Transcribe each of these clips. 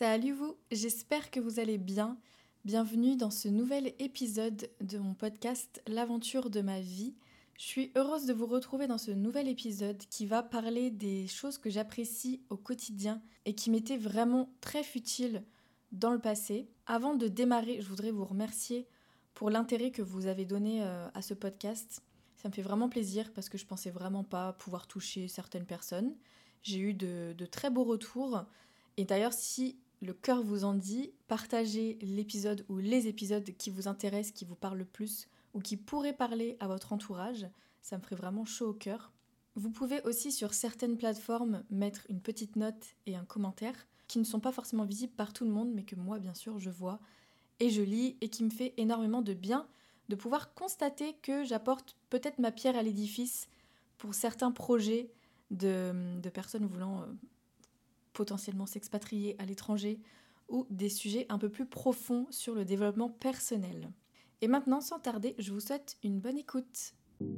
Salut vous, j'espère que vous allez bien. Bienvenue dans ce nouvel épisode de mon podcast L'aventure de ma vie. Je suis heureuse de vous retrouver dans ce nouvel épisode qui va parler des choses que j'apprécie au quotidien et qui m'étaient vraiment très futiles dans le passé. Avant de démarrer, je voudrais vous remercier pour l'intérêt que vous avez donné à ce podcast. Ça me fait vraiment plaisir parce que je pensais vraiment pas pouvoir toucher certaines personnes. J'ai eu de très beaux retours. Et d'ailleurs, si le cœur vous en dit, partagez l'épisode ou les épisodes qui vous intéressent, qui vous parlent le plus ou qui pourraient parler à votre entourage. Ça me ferait vraiment chaud au cœur. Vous pouvez aussi sur certaines plateformes mettre une petite note et un commentaire qui ne sont pas forcément visibles par tout le monde, mais que moi, bien sûr, je vois et je lis et qui me fait énormément de bien de pouvoir constater que j'apporte peut-être ma pierre à l'édifice pour certains projets de personnes voulant potentiellement s'expatrier à l'étranger ou des sujets un peu plus profonds sur le développement personnel. Et maintenant, sans tarder, je vous souhaite une bonne écoute.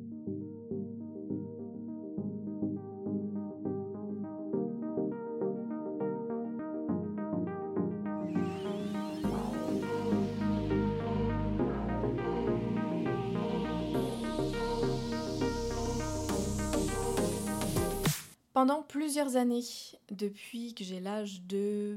Pendant plusieurs années, depuis que j'ai l'âge de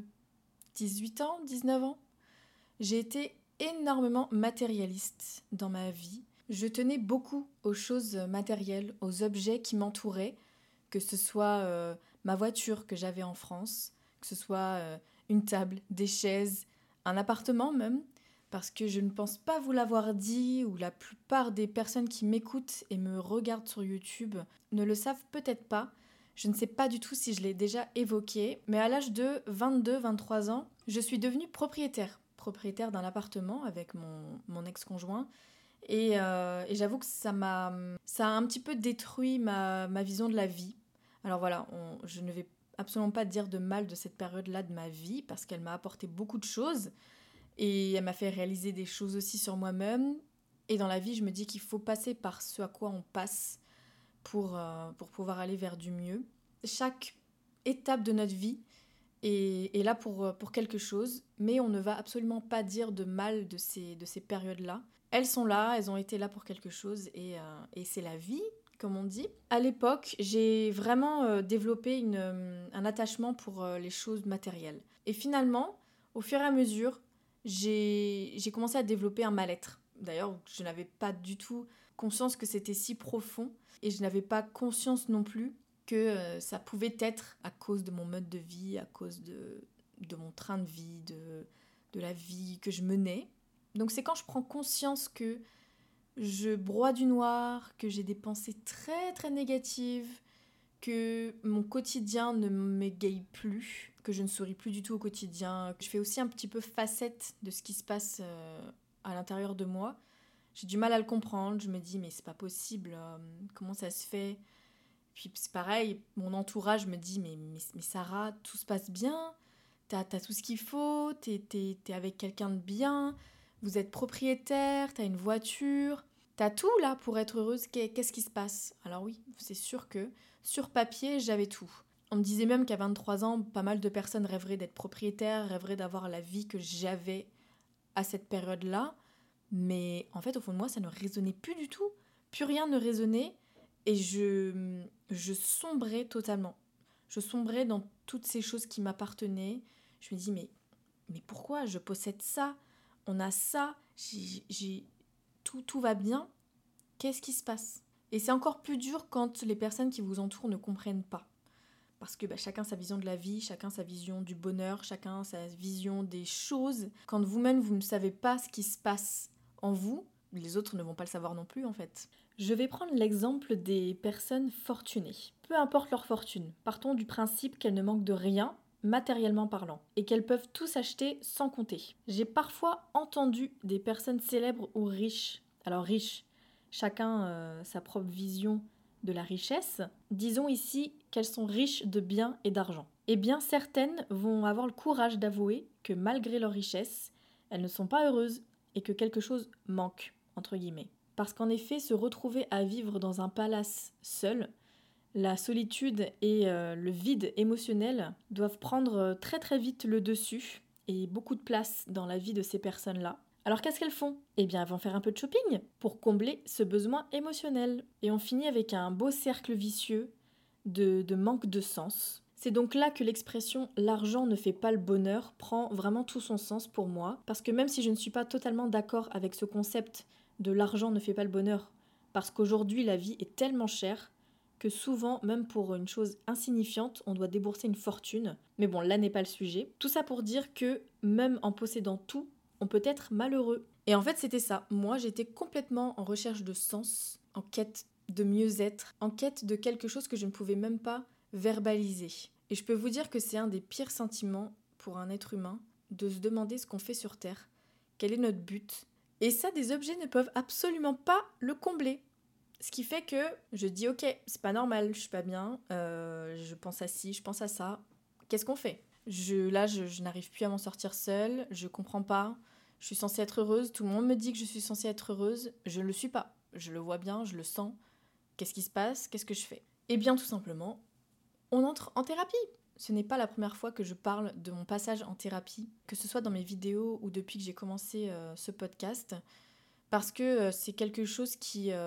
18 ans, 19 ans, j'ai été énormément matérialiste dans ma vie. Je tenais beaucoup aux choses matérielles, aux objets qui m'entouraient, que ce soit ma voiture que j'avais en France, que ce soit une table, des chaises, un appartement même, parce que je ne pense pas vous l'avoir dit, ou la plupart des personnes qui m'écoutent et me regardent sur YouTube ne le savent peut-être pas. Je ne sais pas du tout si je l'ai déjà évoqué, mais à l'âge de 22-23 ans, je suis devenue propriétaire d'un appartement avec mon ex-conjoint. Et j'avoue que ça a un petit peu détruit ma vision de la vie. Alors voilà, je ne vais absolument pas dire de mal de cette période-là de ma vie, parce qu'elle m'a apporté beaucoup de choses, et elle m'a fait réaliser des choses aussi sur moi-même. Et dans la vie, je me dis qu'il faut passer par ce à quoi on passe pour pouvoir aller vers du mieux. Chaque étape de notre vie est là pour quelque chose, mais on ne va absolument pas dire de mal de ces périodes-là. Elles sont là, elles ont été là pour quelque chose, et c'est la vie, comme on dit. À l'époque, j'ai vraiment développé un attachement pour les choses matérielles. Et finalement, au fur et à mesure, j'ai commencé à développer un mal-être. D'ailleurs, je n'avais pas du tout conscience que c'était si profond, et je n'avais pas conscience non plus que ça pouvait être à cause de mon mode de vie, à cause de mon train de vie, de la vie que je menais. Donc c'est quand je prends conscience que je broie du noir, que j'ai des pensées très très négatives, que mon quotidien ne m'égaye plus, que je ne souris plus du tout au quotidien, que je fais aussi un petit peu facette de ce qui se passe à l'intérieur de moi. J'ai du mal à le comprendre, je me dis mais c'est pas possible, comment ça se fait ? Puis c'est pareil, mon entourage me dit mais Sarah, tout se passe bien, t'as tout ce qu'il faut, t'es avec quelqu'un de bien, vous êtes propriétaire, t'as une voiture, t'as tout là pour être heureuse, qu'est-ce qui se passe ? Alors oui, c'est sûr que sur papier, j'avais tout. On me disait même qu'à 23 ans, pas mal de personnes rêveraient d'être propriétaires, rêveraient d'avoir la vie que j'avais à cette période-là, mais en fait, au fond de moi, ça ne résonnait plus du tout. Plus rien ne résonnait, et je sombrais totalement. Je sombrais dans toutes ces choses qui m'appartenaient. Je me dis, mais pourquoi je possède ça ? On a ça, tout va bien. Qu'est-ce qui se passe ? Et c'est encore plus dur quand les personnes qui vous entourent ne comprennent pas. Parce que chacun sa vision de la vie, chacun sa vision du bonheur, chacun sa vision des choses. Quand vous-même, vous ne savez pas ce qui se passe en vous, les autres ne vont pas le savoir non plus en fait. Je vais prendre l'exemple des personnes fortunées. Peu importe leur fortune, partons du principe qu'elles ne manquent de rien, matériellement parlant, et qu'elles peuvent tout s'acheter sans compter. J'ai parfois entendu des personnes célèbres ou riches, alors riches, chacun sa propre vision de la richesse, disons ici qu'elles sont riches de biens et d'argent. Eh bien, certaines vont avoir le courage d'avouer que malgré leur richesse, elles ne sont pas heureuses et que quelque chose manque, entre guillemets. Parce qu'en effet, se retrouver à vivre dans un palace seul, La solitude et le vide émotionnel doivent prendre très très vite le dessus et beaucoup de place dans la vie de ces personnes-là. Alors qu'est-ce qu'elles font? Eh bien, elles vont faire un peu de shopping pour combler ce besoin émotionnel. Et on finit avec un beau cercle vicieux de manque de sens. C'est donc là que l'expression «l'argent ne fait pas le bonheur» prend vraiment tout son sens pour moi, parce que même si je ne suis pas totalement d'accord avec ce concept de «l'argent ne fait pas le bonheur», parce qu'aujourd'hui la vie est tellement chère que souvent, même pour une chose insignifiante, on doit débourser une fortune. Mais bon, là n'est pas le sujet. Tout ça pour dire que même en possédant tout, on peut être malheureux. Et en fait, c'était ça. Moi, j'étais complètement en recherche de sens, en quête de mieux-être, en quête de quelque chose que je ne pouvais même pas verbaliser. Et je peux vous dire que c'est un des pires sentiments pour un être humain de se demander ce qu'on fait sur Terre, quel est notre but. Et ça, des objets ne peuvent absolument pas le combler. Ce qui fait que je dis ok, c'est pas normal, je suis pas bien, je pense à ci, je pense à ça. Qu'est-ce qu'on fait? Je n'arrive plus à m'en sortir seule, je comprends pas. Je suis censée être heureuse, tout le monde me dit que je suis censée être heureuse, je ne le suis pas. Je le vois bien, je le sens. Qu'est-ce qui se passe? Qu'est-ce que je fais? Eh bien, tout simplement, on entre en thérapie. Ce n'est pas la première fois que je parle de mon passage en thérapie, que ce soit dans mes vidéos ou depuis que j'ai commencé ce podcast, parce que c'est quelque chose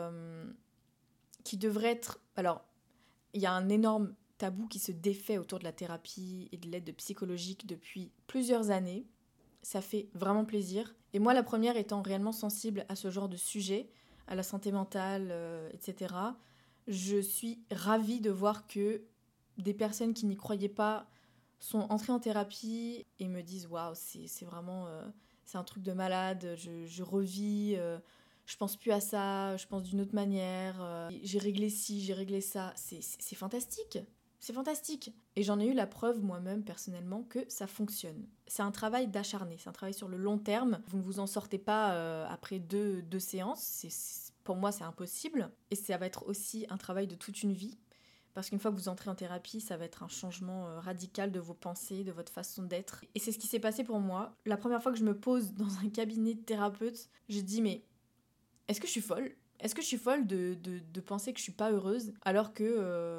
qui devrait être... Alors, il y a un énorme tabou qui se défait autour de la thérapie et de l'aide psychologique depuis plusieurs années. Ça fait vraiment plaisir. Et moi, la première étant réellement sensible à ce genre de sujet, à la santé mentale, etc., je suis ravie de voir que des personnes qui n'y croyaient pas sont entrées en thérapie et me disent waouh, c'est vraiment c'est un truc de malade, je revis, je pense plus à ça, je pense d'une autre manière, j'ai réglé ci, j'ai réglé ça. C'est fantastique. C'est fantastique. Et j'en ai eu la preuve moi-même personnellement que ça fonctionne. C'est un travail d'acharné, c'est un travail sur le long terme. Vous ne vous en sortez pas après deux séances. Pour moi, c'est impossible. Et ça va être aussi un travail de toute une vie. Parce qu'une fois que vous entrez en thérapie, ça va être un changement radical de vos pensées, de votre façon d'être. Et c'est ce qui s'est passé pour moi. La première fois que je me pose dans un cabinet de thérapeute, je dis mais est-ce que je suis folle? Est-ce que je suis folle de penser que je suis pas heureuse alors que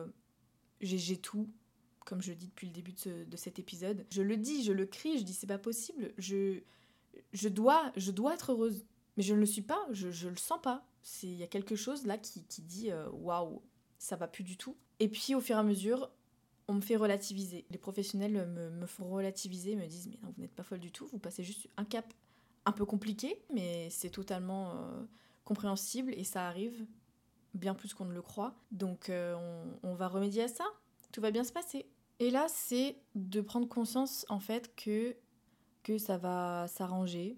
j'ai tout, comme je le dis depuis le début de cet épisode. Je le dis, je le crie, je dis c'est pas possible, je dois être heureuse. Mais je ne le suis pas, je le sens pas. Il y a quelque chose là qui dit waouh, ça va plus du tout. Et puis au fur et à mesure, on me fait relativiser. Les professionnels me font relativiser, me disent mais non, vous n'êtes pas folle du tout, vous passez juste un cap un peu compliqué, mais c'est totalement compréhensible et ça arrive bien plus qu'on ne le croit. Donc on va remédier à ça, tout va bien se passer. Et là, c'est de prendre conscience en fait que ça va s'arranger,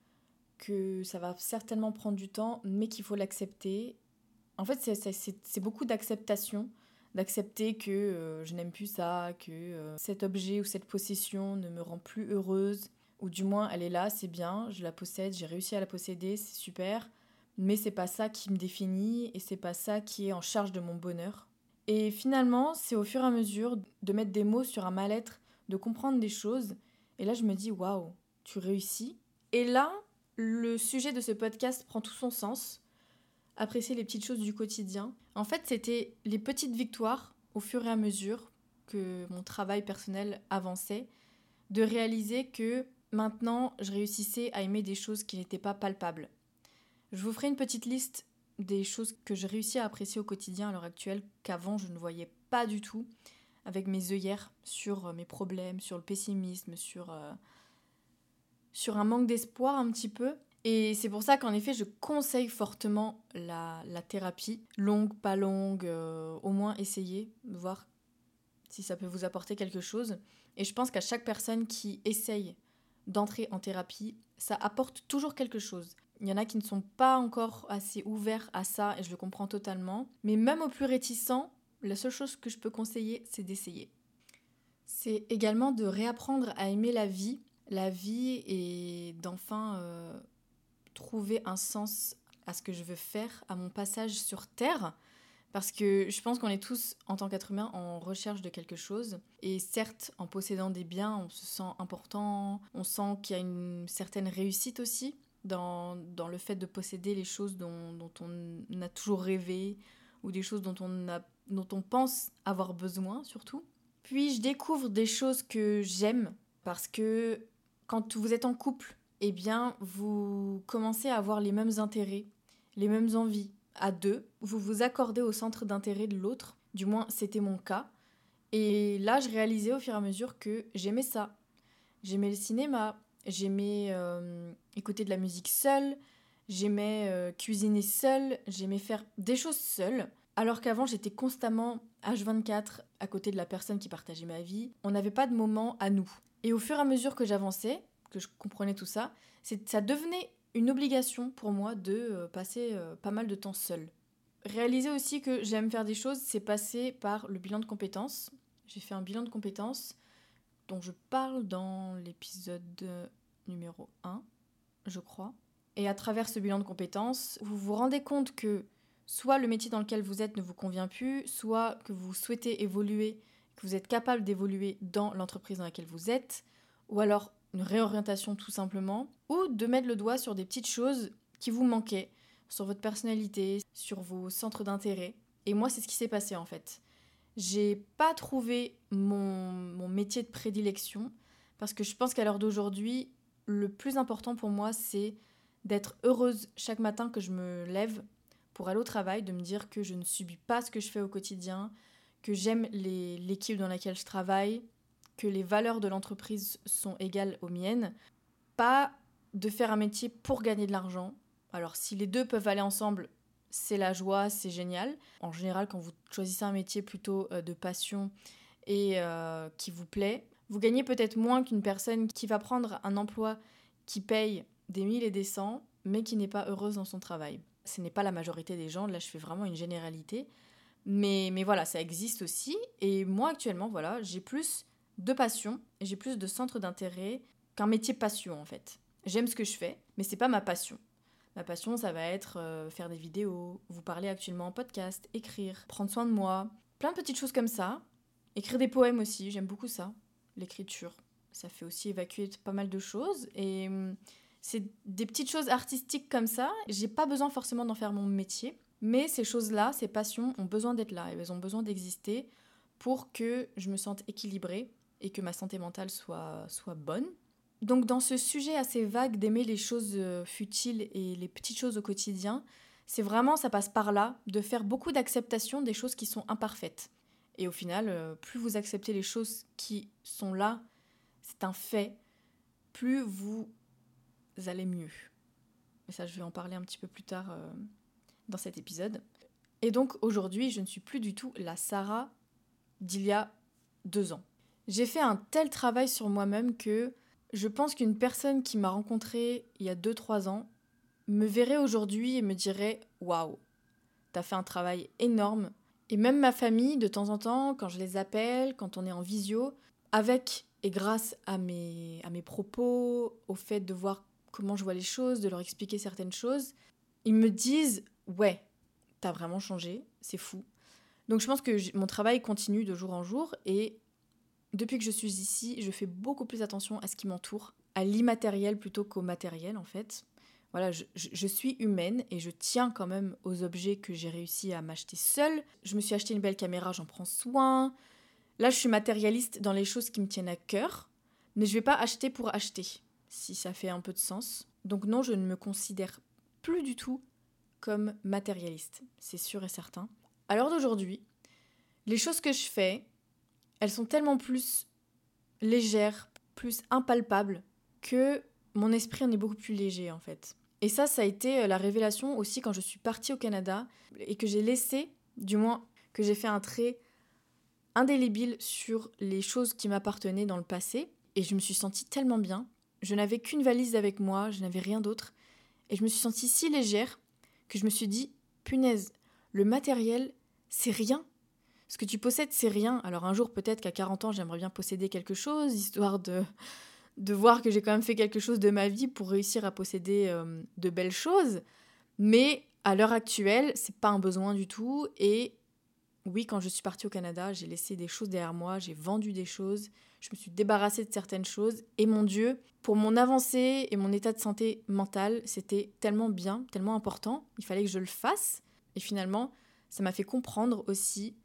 que ça va certainement prendre du temps, mais qu'il faut l'accepter. En fait, c'est beaucoup d'acceptation, d'accepter que je n'aime plus ça, que cet objet ou cette possession ne me rend plus heureuse, ou du moins elle est là, c'est bien, je la possède, j'ai réussi à la posséder, c'est super, mais c'est pas ça qui me définit et c'est pas ça qui est en charge de mon bonheur. Et finalement, c'est au fur et à mesure de mettre des mots sur un mal-être, de comprendre des choses, et là je me dis waouh, tu réussis. Et là, le sujet de ce podcast prend tout son sens. Apprécier les petites choses du quotidien. En fait, c'était les petites victoires au fur et à mesure que mon travail personnel avançait, de réaliser que maintenant, je réussissais à aimer des choses qui n'étaient pas palpables. Je vous ferai une petite liste des choses que je réussis à apprécier au quotidien à l'heure actuelle, qu'avant je ne voyais pas du tout, avec mes œillères sur mes problèmes, sur le pessimisme, sur un manque d'espoir un petit peu. Et c'est pour ça qu'en effet, je conseille fortement la thérapie. Longue, pas longue, au moins essayez de voir si ça peut vous apporter quelque chose. Et je pense qu'à chaque personne qui essaye d'entrer en thérapie, ça apporte toujours quelque chose. Il y en a qui ne sont pas encore assez ouverts à ça, et je le comprends totalement. Mais même aux plus réticents, la seule chose que je peux conseiller, c'est d'essayer. C'est également de réapprendre à aimer la vie et d'enfin trouver un sens à ce que je veux faire, à mon passage sur Terre. Parce que je pense qu'on est tous, en tant qu'être humain, en recherche de quelque chose. Et certes, en possédant des biens, on se sent important, on sent qu'il y a une certaine réussite aussi dans le fait de posséder les choses dont on a toujours rêvé, ou des choses dont on n'a dont on pense avoir besoin surtout. Puis je découvre des choses que j'aime parce que quand vous êtes en couple, eh bien vous commencez à avoir les mêmes intérêts, les mêmes envies. À deux, vous vous accordez au centre d'intérêt de l'autre, du moins c'était mon cas. Et là, je réalisais au fur et à mesure que j'aimais ça. J'aimais le cinéma, j'aimais écouter de la musique seule, j'aimais cuisiner seule, j'aimais faire des choses seule. Alors qu'avant, j'étais constamment H24 à côté de la personne qui partageait ma vie. On n'avait pas de moment à nous. Et au fur et à mesure que j'avançais, que je comprenais tout ça, ça devenait une obligation pour moi de passer pas mal de temps seule. Réaliser aussi que j'aime faire des choses, c'est passer par le bilan de compétences. J'ai fait un bilan de compétences dont je parle dans l'épisode numéro 1, je crois. Et à travers ce bilan de compétences, vous vous rendez compte que soit le métier dans lequel vous êtes ne vous convient plus, soit que vous souhaitez évoluer, que vous êtes capable d'évoluer dans l'entreprise dans laquelle vous êtes, ou alors une réorientation tout simplement, ou de mettre le doigt sur des petites choses qui vous manquaient, sur votre personnalité, sur vos centres d'intérêt. Et moi, c'est ce qui s'est passé en fait. J'ai pas trouvé mon métier de prédilection parce que je pense qu'à l'heure d'aujourd'hui, le plus important pour moi, c'est d'être heureuse chaque matin que je me lève pour aller au travail, de me dire que je ne subis pas ce que je fais au quotidien, que j'aime l'équipe dans laquelle je travaille, que les valeurs de l'entreprise sont égales aux miennes. Pas de faire un métier pour gagner de l'argent. Alors si les deux peuvent aller ensemble, c'est la joie, c'est génial. En général, quand vous choisissez un métier plutôt de passion et qui vous plaît, vous gagnez peut-être moins qu'une personne qui va prendre un emploi qui paye des 1000 et des 100, mais qui n'est pas heureuse dans son travail. Ce n'est pas la majorité des gens, là je fais vraiment une généralité. Mais voilà, ça existe aussi. Et moi actuellement, voilà, j'ai plus de passion, et j'ai plus de centre d'intérêt qu'un métier passion en fait. J'aime ce que je fais, mais c'est pas ma passion. Ma passion, ça va être faire des vidéos, vous parler actuellement en podcast, écrire, prendre soin de moi, plein de petites choses comme ça. Écrire des poèmes aussi, j'aime beaucoup ça, l'écriture. Ça fait aussi évacuer pas mal de choses et c'est des petites choses artistiques comme ça. J'ai pas besoin forcément d'en faire mon métier, mais ces choses-là, ces passions ont besoin d'être là et elles ont besoin d'exister pour que je me sente équilibrée et que ma santé mentale soit bonne. Donc dans ce sujet assez vague d'aimer les choses futiles et les petites choses au quotidien, c'est vraiment, ça passe par là, de faire beaucoup d'acceptation des choses qui sont imparfaites. Et au final, plus vous acceptez les choses qui sont là, c'est un fait, plus vous allez mieux. Et ça, je vais en parler un petit peu plus tard dans cet épisode. Et donc aujourd'hui, je ne suis plus du tout la Sarah d'il y a 2 ans. J'ai fait un tel travail sur moi-même que je pense qu'une personne qui m'a rencontrée il y a 2-3 ans me verrait aujourd'hui et me dirait « Waouh, t'as fait un travail énorme ». Et même ma famille, de temps en temps, quand je les appelle, quand on est en visio, avec et grâce à mes propos, au fait de voir comment je vois les choses, de leur expliquer certaines choses, ils me disent « Ouais, t'as vraiment changé, c'est fou ». Donc je pense que mon travail continue de jour en jour et depuis que je suis ici, je fais beaucoup plus attention à ce qui m'entoure, à l'immatériel plutôt qu'au matériel en fait. Voilà, je suis humaine et je tiens quand même aux objets que j'ai réussi à m'acheter seule. Je me suis acheté une belle caméra, j'en prends soin. Là, je suis matérialiste dans les choses qui me tiennent à cœur, mais je vais pas acheter pour acheter, si ça fait un peu de sens. Donc non, je ne me considère plus du tout comme matérialiste, c'est sûr et certain. À l'heure d'aujourd'hui, les choses que je fais, elles sont tellement plus légères, plus impalpables, que mon esprit en est beaucoup plus léger en fait. Et ça a été la révélation aussi quand je suis partie au Canada et que j'ai laissé, du moins que j'ai fait un trait indélébile sur les choses qui m'appartenaient dans le passé. Et je me suis sentie tellement bien. Je n'avais qu'une valise avec moi, je n'avais rien d'autre. Et je me suis sentie si légère que je me suis dit, punaise, le matériel, c'est rien. Ce que tu possèdes, c'est rien. Alors un jour, peut-être qu'à 40 ans, j'aimerais bien posséder quelque chose, histoire de voir que j'ai quand même fait quelque chose de ma vie pour réussir à posséder de belles choses. Mais à l'heure actuelle, c'est pas un besoin du tout. Et oui, quand je suis partie au Canada, j'ai laissé des choses derrière moi, j'ai vendu des choses, je me suis débarrassée de certaines choses. Et mon Dieu, pour mon avancée et mon état de santé mentale, c'était tellement bien, tellement important. Il fallait que je le fasse. Et finalement, ça m'a fait comprendre aussi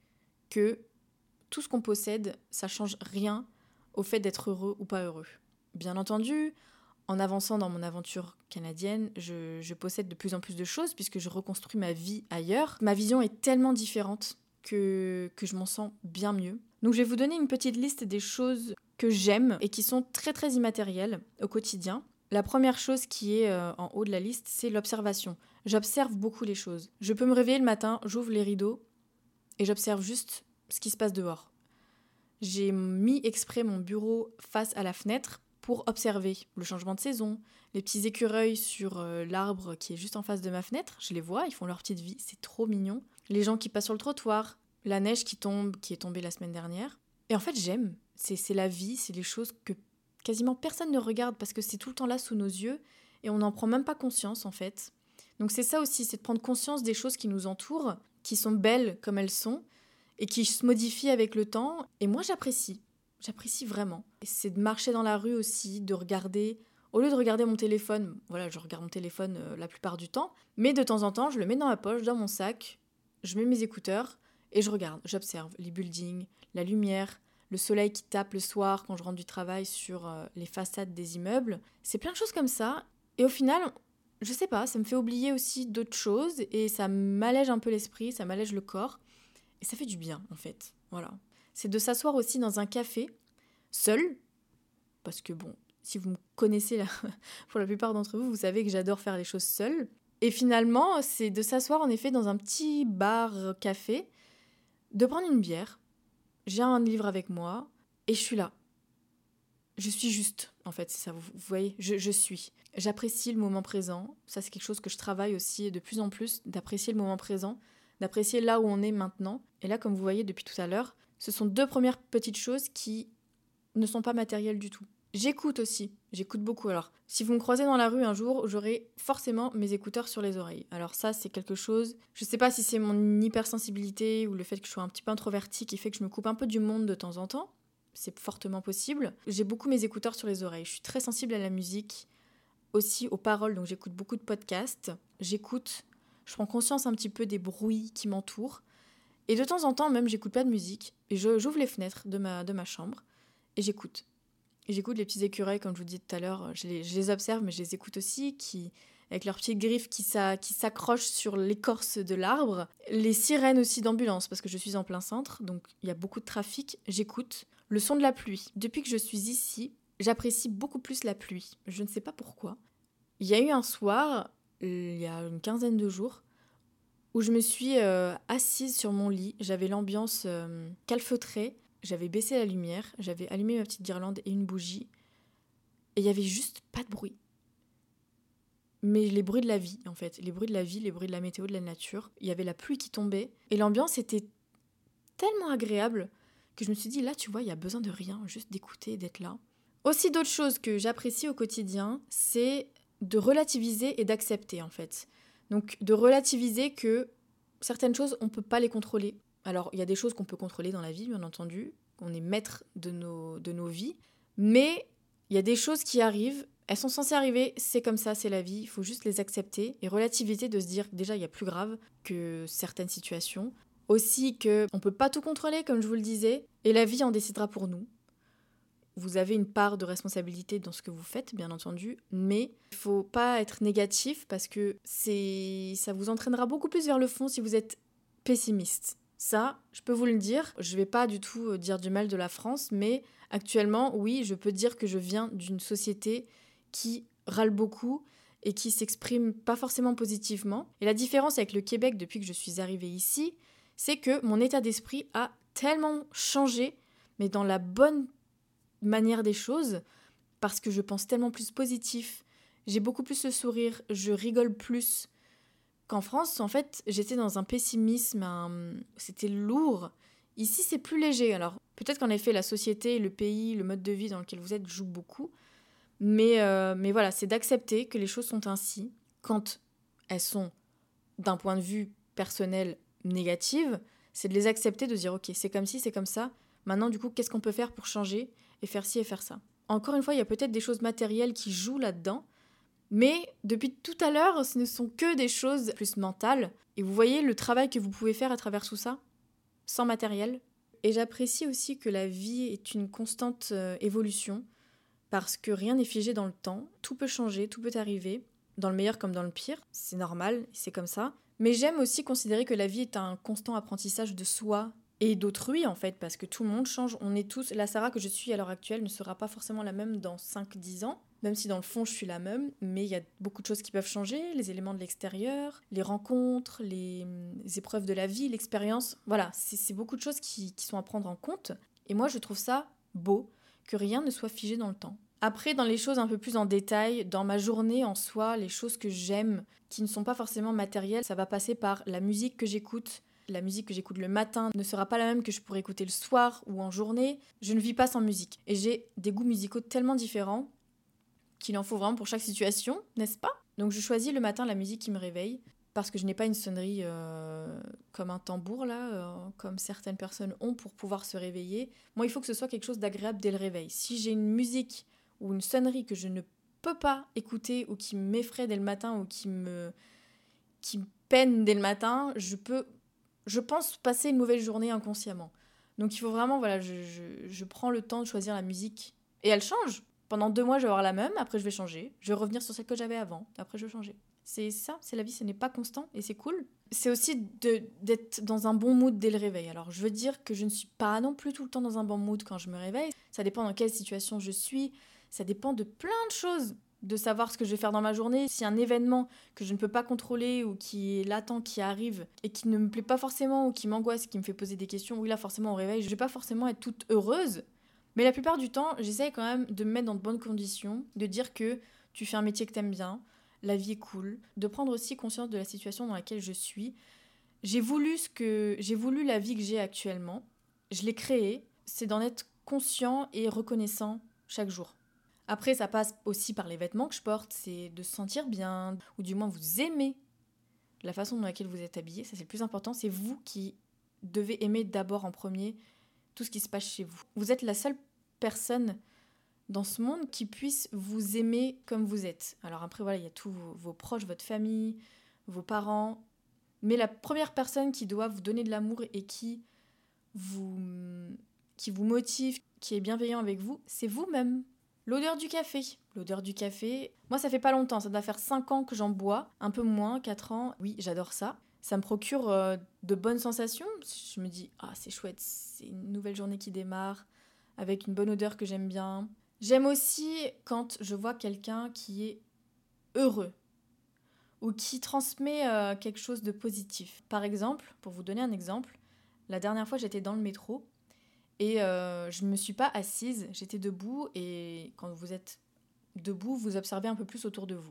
que tout ce qu'on possède, ça change rien au fait d'être heureux ou pas heureux. Bien entendu, en avançant dans mon aventure canadienne, je possède de plus en plus de choses puisque je reconstruis ma vie ailleurs. Ma vision est tellement différente que je m'en sens bien mieux. Donc je vais vous donner une petite liste des choses que j'aime et qui sont très très immatérielles au quotidien. La première chose qui est en haut de la liste, c'est l'observation. J'observe beaucoup les choses. Je peux me réveiller le matin, j'ouvre les rideaux et j'observe juste ce qui se passe dehors. J'ai mis exprès mon bureau face à la fenêtre pour observer le changement de saison, les petits écureuils sur l'arbre qui est juste en face de ma fenêtre. Je les vois, ils font leur petite vie, c'est trop mignon. Les gens qui passent sur le trottoir, la neige qui tombe, qui est tombée la semaine dernière. Et en fait, j'aime. C'est la vie, c'est les choses que quasiment personne ne regarde parce que c'est tout le temps là sous nos yeux et on n'en prend même pas conscience en fait. Donc c'est ça aussi, c'est de prendre conscience des choses qui nous entourent, qui sont belles comme elles sont et qui se modifient avec le temps. Et moi j'apprécie vraiment. Et c'est de marcher dans la rue aussi, de regarder, au lieu de regarder mon téléphone, voilà, je regarde mon téléphone la plupart du temps, mais de temps en temps je le mets dans ma poche, dans mon sac, je mets mes écouteurs et je regarde, j'observe les buildings, la lumière, le soleil qui tape le soir quand je rentre du travail sur les façades des immeubles. C'est plein de choses comme ça. Et au final, je sais pas, ça me fait oublier aussi d'autres choses et ça m'allège un peu l'esprit, ça m'allège le corps. Et ça fait du bien, en fait. Voilà. C'est de s'asseoir aussi dans un café, seul, parce que bon, si vous me connaissez, là, pour la plupart d'entre vous, vous savez que j'adore faire les choses seule. Et finalement, c'est de s'asseoir en effet dans un petit bar-café, de prendre une bière. J'ai un livre avec moi et je suis là. Je suis juste, en fait, c'est ça, vous voyez, je suis. J'apprécie le moment présent. Ça, c'est quelque chose que je travaille aussi de plus en plus, d'apprécier le moment présent, d'apprécier là où on est maintenant. Et là, comme vous voyez depuis tout à l'heure, ce sont deux premières petites choses qui ne sont pas matérielles du tout. J'écoute aussi, j'écoute beaucoup. Alors, si vous me croisez dans la rue un jour, j'aurai forcément mes écouteurs sur les oreilles. Alors ça, c'est quelque chose, je sais pas si c'est mon hypersensibilité ou le fait que je sois un petit peu introvertie qui fait que je me coupe un peu du monde de temps en temps. C'est fortement possible. J'ai beaucoup mes écouteurs sur les oreilles. Je suis très sensible à la musique, aussi aux paroles, donc j'écoute beaucoup de podcasts. J'écoute, je prends conscience un petit peu des bruits qui m'entourent. Et de temps en temps, même, j'écoute pas de musique. Et j'ouvre les fenêtres de ma chambre et j'écoute. Et j'écoute les petits écureuils, comme je vous disais tout à l'heure. Je les observe, mais je les écoute aussi, avec leurs petites griffes qui s'accrochent sur l'écorce de l'arbre. Les sirènes aussi d'ambulance, parce que je suis en plein centre, donc il y a beaucoup de trafic. J'écoute. Le son de la pluie. Depuis que je suis ici, j'apprécie beaucoup plus la pluie. Je ne sais pas pourquoi. Il y a eu un soir, il y a une quinzaine de jours, où je me suis assise sur mon lit. J'avais l'ambiance calfeutrée. J'avais baissé la lumière, j'avais allumé ma petite guirlande et une bougie, et il n'y avait juste pas de bruit. Mais les bruits de la vie, en fait, les bruits de la vie, les bruits de la météo, de la nature, il y avait la pluie qui tombait, et l'ambiance était tellement agréable que je me suis dit, là, tu vois, il y a besoin de rien, juste d'écouter, d'être là. Aussi d'autres choses que j'apprécie au quotidien, c'est de relativiser et d'accepter, en fait. Donc, de relativiser que certaines choses, on ne peut pas les contrôler. Alors, il y a des choses qu'on peut contrôler dans la vie, bien entendu, qu'on est maître de nos vies, mais il y a des choses qui arrivent, elles sont censées arriver, c'est comme ça, c'est la vie, il faut juste les accepter et relativiser, de se dire que déjà, il y a plus grave que certaines situations. Aussi qu'on ne peut pas tout contrôler, comme je vous le disais, et la vie en décidera pour nous. Vous avez une part de responsabilité dans ce que vous faites, bien entendu, mais il ne faut pas être négatif parce que ça vous entraînera beaucoup plus vers le fond si vous êtes pessimiste. Ça, je peux vous le dire, je vais pas du tout dire du mal de la France, mais actuellement, oui, je peux dire que je viens d'une société qui râle beaucoup et qui s'exprime pas forcément positivement. Et la différence avec le Québec depuis que je suis arrivée ici, c'est que mon état d'esprit a tellement changé, mais dans la bonne manière des choses, parce que je pense tellement plus positif, j'ai beaucoup plus le sourire, je rigole plus. Qu'en France, en fait, j'étais dans un pessimisme, c'était lourd. Ici, c'est plus léger. Alors, peut-être qu'en effet, la société, le pays, le mode de vie dans lequel vous êtes joue beaucoup. Mais voilà, c'est d'accepter que les choses sont ainsi. Quand elles sont, d'un point de vue personnel, négatives, c'est de les accepter, de dire « Ok, c'est comme ci, c'est comme ça. Maintenant, du coup, qu'est-ce qu'on peut faire pour changer et faire ci et faire ça ?» Encore une fois, il y a peut-être des choses matérielles qui jouent là-dedans. Mais depuis tout à l'heure, ce ne sont que des choses plus mentales. Et vous voyez le travail que vous pouvez faire à travers tout ça, sans matériel. Et j'apprécie aussi que la vie est une constante évolution, parce que rien n'est figé dans le temps, tout peut changer, tout peut arriver, dans le meilleur comme dans le pire, c'est normal, c'est comme ça. Mais j'aime aussi considérer que la vie est un constant apprentissage de soi et d'autrui en fait, parce que tout le monde change, on est tous... La Sarah que je suis à l'heure actuelle ne sera pas forcément la même dans 5-10 ans, même si dans le fond je suis la même, mais il y a beaucoup de choses qui peuvent changer, les éléments de l'extérieur, les rencontres, les épreuves de la vie, l'expérience, voilà, c'est beaucoup de choses qui sont à prendre en compte. Et moi je trouve ça beau, que rien ne soit figé dans le temps. Après, dans les choses un peu plus en détail, dans ma journée en soi, les choses que j'aime, qui ne sont pas forcément matérielles, ça va passer par la musique que j'écoute. La musique que j'écoute le matin ne sera pas la même que je pourrais écouter le soir ou en journée. Je ne vis pas sans musique. Et j'ai des goûts musicaux tellement différents qu'il en faut vraiment pour chaque situation, n'est-ce pas? Donc je choisis le matin la musique qui me réveille, parce que je n'ai pas une sonnerie comme un tambour, là, comme certaines personnes ont pour pouvoir se réveiller. Moi, il faut que ce soit quelque chose d'agréable dès le réveil. Si j'ai une musique ou une sonnerie que je ne peux pas écouter ou qui m'effraie dès le matin ou qui me peine dès le matin, je pense passer une mauvaise journée inconsciemment. Donc il faut vraiment, voilà, je prends le temps de choisir la musique. Et elle change. Pendant 2 mois, je vais avoir la même, après je vais changer. Je vais revenir sur celle que j'avais avant, après je vais changer. C'est ça, c'est la vie, ce n'est pas constant et c'est cool. C'est aussi d'être dans un bon mood dès le réveil. Alors je veux dire que je ne suis pas non plus tout le temps dans un bon mood quand je me réveille. Ça dépend dans quelle situation je suis. Ça dépend de plein de choses. De savoir ce que je vais faire dans ma journée. Si un événement que je ne peux pas contrôler ou qui est latent, qui arrive et qui ne me plaît pas forcément ou qui m'angoisse, qui me fait poser des questions, oui là forcément au réveil, je vais pas forcément être toute heureuse. Mais la plupart du temps, j'essaye quand même de me mettre dans de bonnes conditions, de dire que tu fais un métier que t'aimes bien, la vie est cool, de prendre aussi conscience de la situation dans laquelle je suis. J'ai voulu la vie que j'ai actuellement, je l'ai créée, c'est d'en être conscient et reconnaissant chaque jour. Après, ça passe aussi par les vêtements que je porte, c'est de se sentir bien, ou du moins vous aimez la façon dans laquelle vous êtes habillé, ça c'est le plus important, c'est vous qui devez aimer d'abord en premier tout ce qui se passe chez vous. Vous êtes la seule personne dans ce monde qui puisse vous aimer comme vous êtes. Alors après, voilà, il y a tous vos proches, votre famille, vos parents, mais la première personne qui doit vous donner de l'amour et vous, qui vous motive, qui est bienveillant avec vous, c'est vous-même. L'odeur du café. L'odeur du café, moi ça fait pas longtemps, ça doit faire 5 ans que j'en bois, un peu moins, 4 ans. Oui, j'adore ça. Ça me procure de bonnes sensations. Je me dis, ah c'est chouette, c'est une nouvelle journée qui démarre, avec une bonne odeur que j'aime bien. J'aime aussi quand je vois quelqu'un qui est heureux ou qui transmet quelque chose de positif. Par exemple, pour vous donner un exemple, la dernière fois j'étais dans le métro et je ne me suis pas assise, j'étais debout et quand vous êtes debout, vous observez un peu plus autour de vous.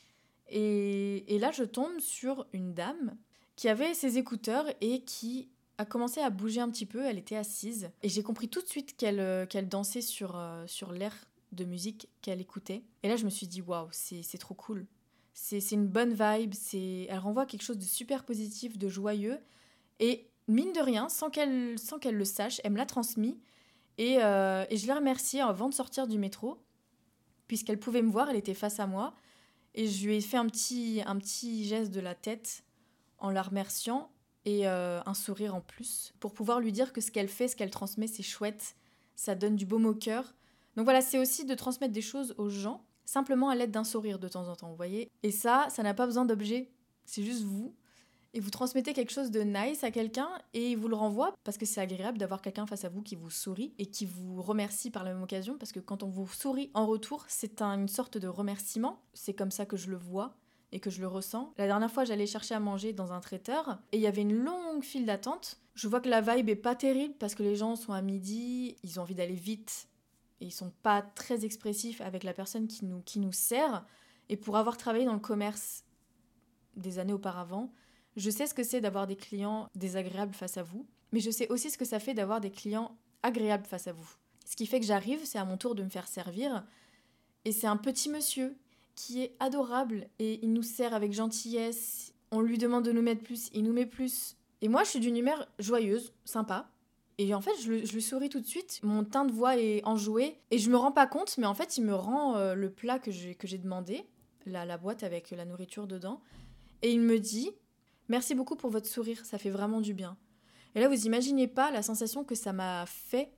Et là, je tombe sur une dame qui avait ses écouteurs et qui a commencé à bouger un petit peu, elle était assise. Et j'ai compris tout de suite qu'elle dansait sur l'air de musique qu'elle écoutait. Et là, je me suis dit, waouh, c'est trop cool. C'est une bonne vibe, elle renvoie quelque chose de super positif, de joyeux. Et mine de rien, sans qu'elle le sache, elle me l'a transmis. Et je l'ai remerciée avant de sortir du métro, puisqu'elle pouvait me voir, elle était face à moi. Et je lui ai fait un petit geste de la tête en la remerciant et un sourire en plus pour pouvoir lui dire que ce qu'elle fait, ce qu'elle transmet, c'est chouette, ça donne du baume au cœur. Donc voilà, c'est aussi de transmettre des choses aux gens, simplement à l'aide d'un sourire de temps en temps, vous voyez. Et ça n'a pas besoin d'objet, c'est juste vous. Et vous transmettez quelque chose de nice à quelqu'un et il vous le renvoie parce que c'est agréable d'avoir quelqu'un face à vous qui vous sourit et qui vous remercie par la même occasion parce que quand on vous sourit en retour, c'est une sorte de remerciement. C'est comme ça que je le vois et que je le ressens. La dernière fois, j'allais chercher à manger dans un traiteur et il y avait une longue file d'attente. Je vois que la vibe est pas terrible parce que les gens sont à midi, ils ont envie d'aller vite et ils sont pas très expressifs avec la personne qui nous sert. Et pour avoir travaillé dans le commerce des années auparavant, je sais ce que c'est d'avoir des clients désagréables face à vous, mais je sais aussi ce que ça fait d'avoir des clients agréables face à vous. Ce qui fait que j'arrive, c'est à mon tour de me faire servir, et c'est un petit monsieur qui est adorable, et il nous sert avec gentillesse, on lui demande de nous mettre plus, il nous met plus. Et moi, je suis d'une humeur joyeuse, sympa, et en fait, je lui souris tout de suite, mon teint de voix est enjoué, et je me rends pas compte, mais en fait, il me rend le plat que j'ai demandé, la boîte avec la nourriture dedans, et il me dit... Merci beaucoup pour votre sourire, ça fait vraiment du bien. Et là, vous imaginez pas la sensation que ça m'a fait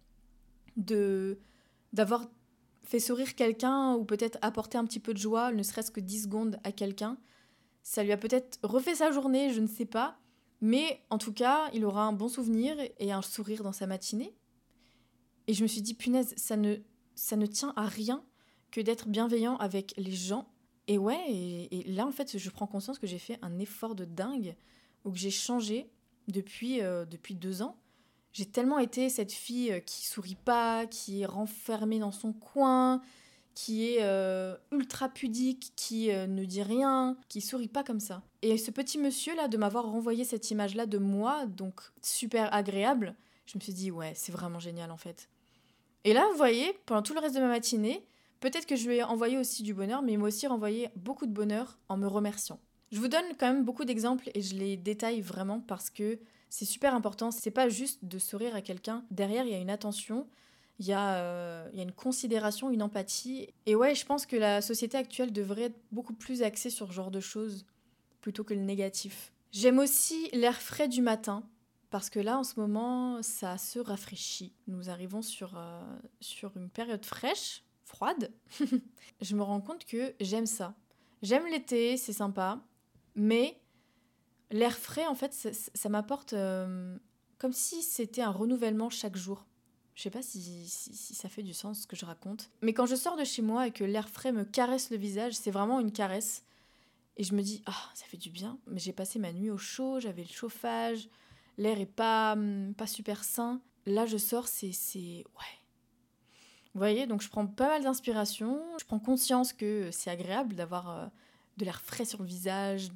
d'avoir fait sourire quelqu'un ou peut-être apporter un petit peu de joie, ne serait-ce que 10 secondes à quelqu'un. Ça lui a peut-être refait sa journée, je ne sais pas. Mais en tout cas, il aura un bon souvenir et un sourire dans sa matinée. Et je me suis dit, punaise, ça ne tient à rien que d'être bienveillant avec les gens. Et ouais, et là, en fait, je prends conscience que j'ai fait un effort de dingue, ou que j'ai changé depuis 2 ans. J'ai tellement été cette fille qui sourit pas, qui est renfermée dans son coin, qui est ultra pudique, qui ne dit rien, qui sourit pas comme ça. Et ce petit monsieur là, de m'avoir renvoyé cette image là de moi, donc super agréable, je me suis dit ouais, c'est vraiment génial en fait. Et là, vous voyez, pendant tout le reste de ma matinée, peut-être que je lui ai envoyé aussi du bonheur, mais il m'a aussi renvoyé beaucoup de bonheur en me remerciant. Je vous donne quand même beaucoup d'exemples et je les détaille vraiment parce que c'est super important. C'est pas juste de sourire à quelqu'un. Derrière, il y a une attention, il y a une considération, une empathie. Et ouais, je pense que la société actuelle devrait être beaucoup plus axée sur ce genre de choses plutôt que le négatif. J'aime aussi l'air frais du matin. Parce que là, en ce moment, ça se rafraîchit. Nous arrivons sur une période fraîche, froide. Je me rends compte que j'aime ça. J'aime l'été, c'est sympa. Mais l'air frais, en fait, ça m'apporte comme si c'était un renouvellement chaque jour. Je sais pas si ça fait du sens ce que je raconte. Mais quand je sors de chez moi et que l'air frais me caresse le visage, c'est vraiment une caresse. Et je me dis, ah, ça fait du bien. Mais j'ai passé ma nuit au chaud, j'avais le chauffage, l'air est pas super sain. Là, je sors, ouais. Vous voyez, donc je prends pas mal d'inspiration. Je prends conscience que c'est agréable d'avoir de l'air frais sur le visage,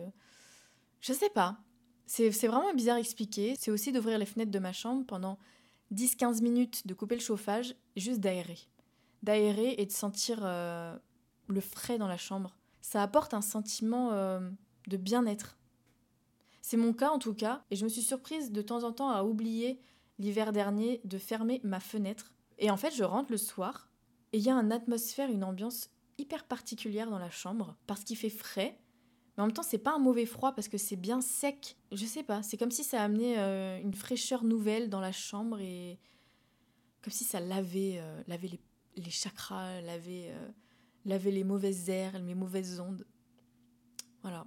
Je sais pas. C'est vraiment bizarre à expliquer. C'est aussi d'ouvrir les fenêtres de ma chambre pendant 10-15 minutes, de couper le chauffage et juste d'aérer. D'aérer et de sentir le frais dans la chambre. Ça apporte un sentiment de bien-être. C'est mon cas en tout cas, et je me suis surprise de temps en temps à oublier l'hiver dernier de fermer ma fenêtre. Et en fait, je rentre le soir, et il y a une atmosphère, une ambiance hyper particulière dans la chambre, parce qu'il fait frais, mais en même temps, c'est pas un mauvais froid parce que c'est bien sec. Je sais pas, c'est comme si ça amenait une fraîcheur nouvelle dans la chambre et comme si ça lavait les chakras, lavait les mauvaises airs, les mauvaises ondes. Voilà.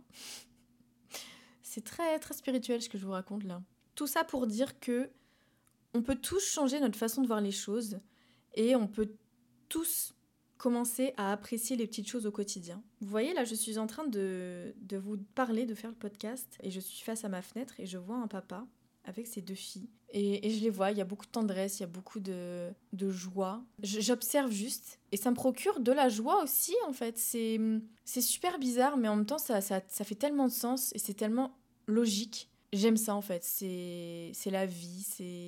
C'est très très spirituel ce que je vous raconte là. Tout ça pour dire que on peut tous changer notre façon de voir les choses et on peut tous commencer à apprécier les petites choses au quotidien. Vous voyez, là, je suis en train de vous parler, de faire le podcast, et je suis face à ma fenêtre et je vois un papa avec ses 2 filles. Et je les vois, il y a beaucoup de tendresse, il y a beaucoup de joie. J'observe juste, et ça me procure de la joie aussi, en fait. C'est super bizarre, mais en même temps, ça fait tellement de sens, et c'est tellement logique. J'aime ça, en fait. C'est la vie,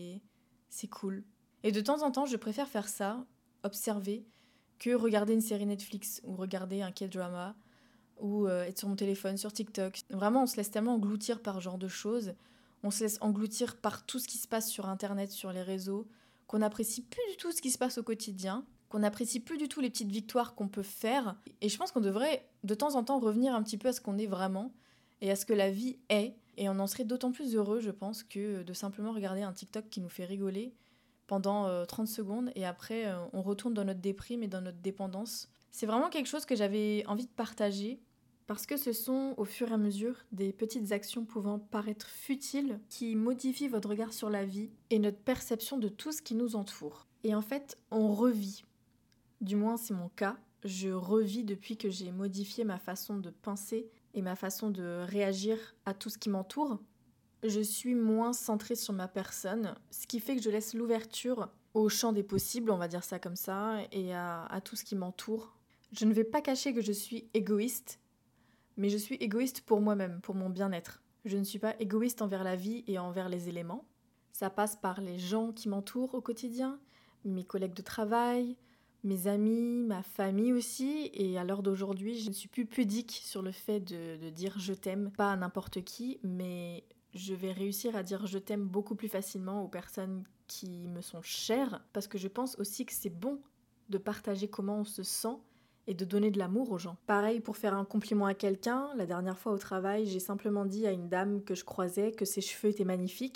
c'est cool. Et de temps en temps, je préfère faire ça, observer, que regarder une série Netflix ou regarder un K-drama ou être sur mon téléphone, sur TikTok. Vraiment, on se laisse tellement engloutir par ce genre de choses, on se laisse engloutir par tout ce qui se passe sur Internet, sur les réseaux, qu'on n'apprécie plus du tout ce qui se passe au quotidien, qu'on n'apprécie plus du tout les petites victoires qu'on peut faire. Et je pense qu'on devrait de temps en temps revenir un petit peu à ce qu'on est vraiment et à ce que la vie est. Et on en serait d'autant plus heureux, je pense, que de simplement regarder un TikTok qui nous fait rigoler pendant 30 secondes et après on retourne dans notre déprime et dans notre dépendance. C'est vraiment quelque chose que j'avais envie de partager parce que ce sont au fur et à mesure des petites actions pouvant paraître futiles qui modifient votre regard sur la vie et notre perception de tout ce qui nous entoure. Et en fait, on revit. Du moins, c'est mon cas. Je revis depuis que j'ai modifié ma façon de penser et ma façon de réagir à tout ce qui m'entoure. Je suis moins centrée sur ma personne, ce qui fait que je laisse l'ouverture au champ des possibles, on va dire ça comme ça, et à tout ce qui m'entoure. Je ne vais pas cacher que je suis égoïste, mais je suis égoïste pour moi-même, pour mon bien-être. Je ne suis pas égoïste envers la vie et envers les éléments. Ça passe par les gens qui m'entourent au quotidien, mes collègues de travail, mes amis, ma famille aussi, et à l'heure d'aujourd'hui, je ne suis plus pudique sur le fait de dire je t'aime, pas à n'importe qui, mais je vais réussir à dire je t'aime beaucoup plus facilement aux personnes qui me sont chères, parce que je pense aussi que c'est bon de partager comment on se sent et de donner de l'amour aux gens. Pareil, pour faire un compliment à quelqu'un, la dernière fois au travail, j'ai simplement dit à une dame que je croisais que ses cheveux étaient magnifiques.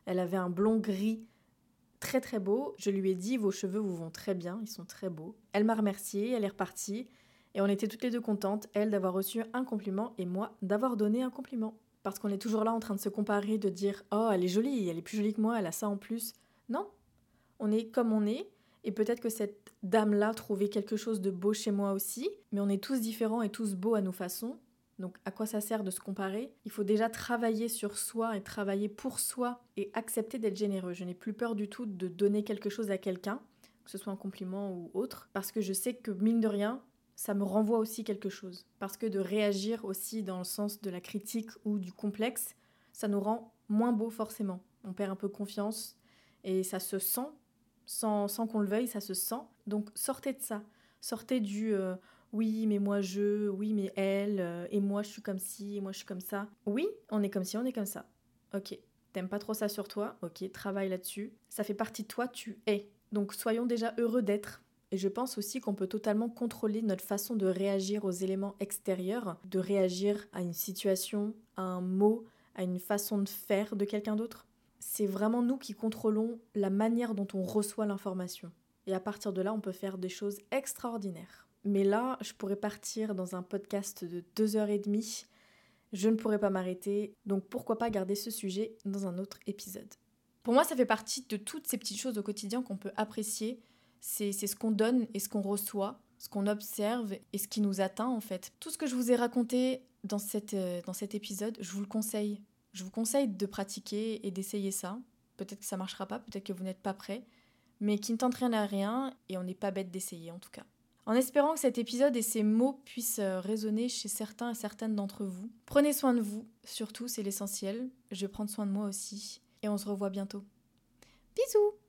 Elle avait un blond gris très très beau. Je lui ai dit, vos cheveux vous vont très bien, ils sont très beaux. Elle m'a remerciée, elle est repartie. Et on était toutes les deux contentes, elle d'avoir reçu un compliment et moi d'avoir donné un compliment. Parce qu'on est toujours là en train de se comparer, de dire « Oh, elle est jolie, elle est plus jolie que moi, elle a ça en plus. » Non, on est comme on est. Et peut-être que cette dame-là trouvait quelque chose de beau chez moi aussi. Mais on est tous différents et tous beaux à nos façons. Donc à quoi ça sert de se comparer? Il faut déjà travailler sur soi et travailler pour soi et accepter d'être généreux. Je n'ai plus peur du tout de donner quelque chose à quelqu'un, que ce soit un compliment ou autre, parce que je sais que mine de rien, ça me renvoie aussi quelque chose. Parce que de réagir aussi dans le sens de la critique ou du complexe, ça nous rend moins beau forcément. On perd un peu confiance et ça se sent, sans qu'on le veuille, ça se sent. Donc sortez de ça. Sortez du oui, mais moi je, oui, mais elle, et moi je suis comme ci, et moi je suis comme ça. Oui, on est comme ci, on est comme ça. Ok, t'aimes pas trop ça sur toi, ok, travaille là-dessus. Ça fait partie de toi, tu es. Donc soyons déjà heureux d'être. Et je pense aussi qu'on peut totalement contrôler notre façon de réagir aux éléments extérieurs, de réagir à une situation, à un mot, à une façon de faire de quelqu'un d'autre. C'est vraiment nous qui contrôlons la manière dont on reçoit l'information. Et à partir de là, on peut faire des choses extraordinaires. Mais là, je pourrais partir dans un podcast de 2h30. Je ne pourrais pas m'arrêter. Donc pourquoi pas garder ce sujet dans un autre épisode. Pour moi, ça fait partie de toutes ces petites choses au quotidien qu'on peut apprécier. C'est ce qu'on donne et ce qu'on reçoit, ce qu'on observe et ce qui nous atteint en fait. Tout ce que je vous ai raconté dans cet épisode, je vous le conseille. Je vous conseille de pratiquer et d'essayer ça. Peut-être que ça marchera pas, peut-être que vous n'êtes pas prêt, mais qui ne tente rien à rien et on n'est pas bête d'essayer en tout cas. En espérant que cet épisode et ces mots puissent résonner chez certains et certaines d'entre vous. Prenez soin de vous, surtout c'est l'essentiel. Je vais prendre soin de moi aussi et on se revoit bientôt. Bisous!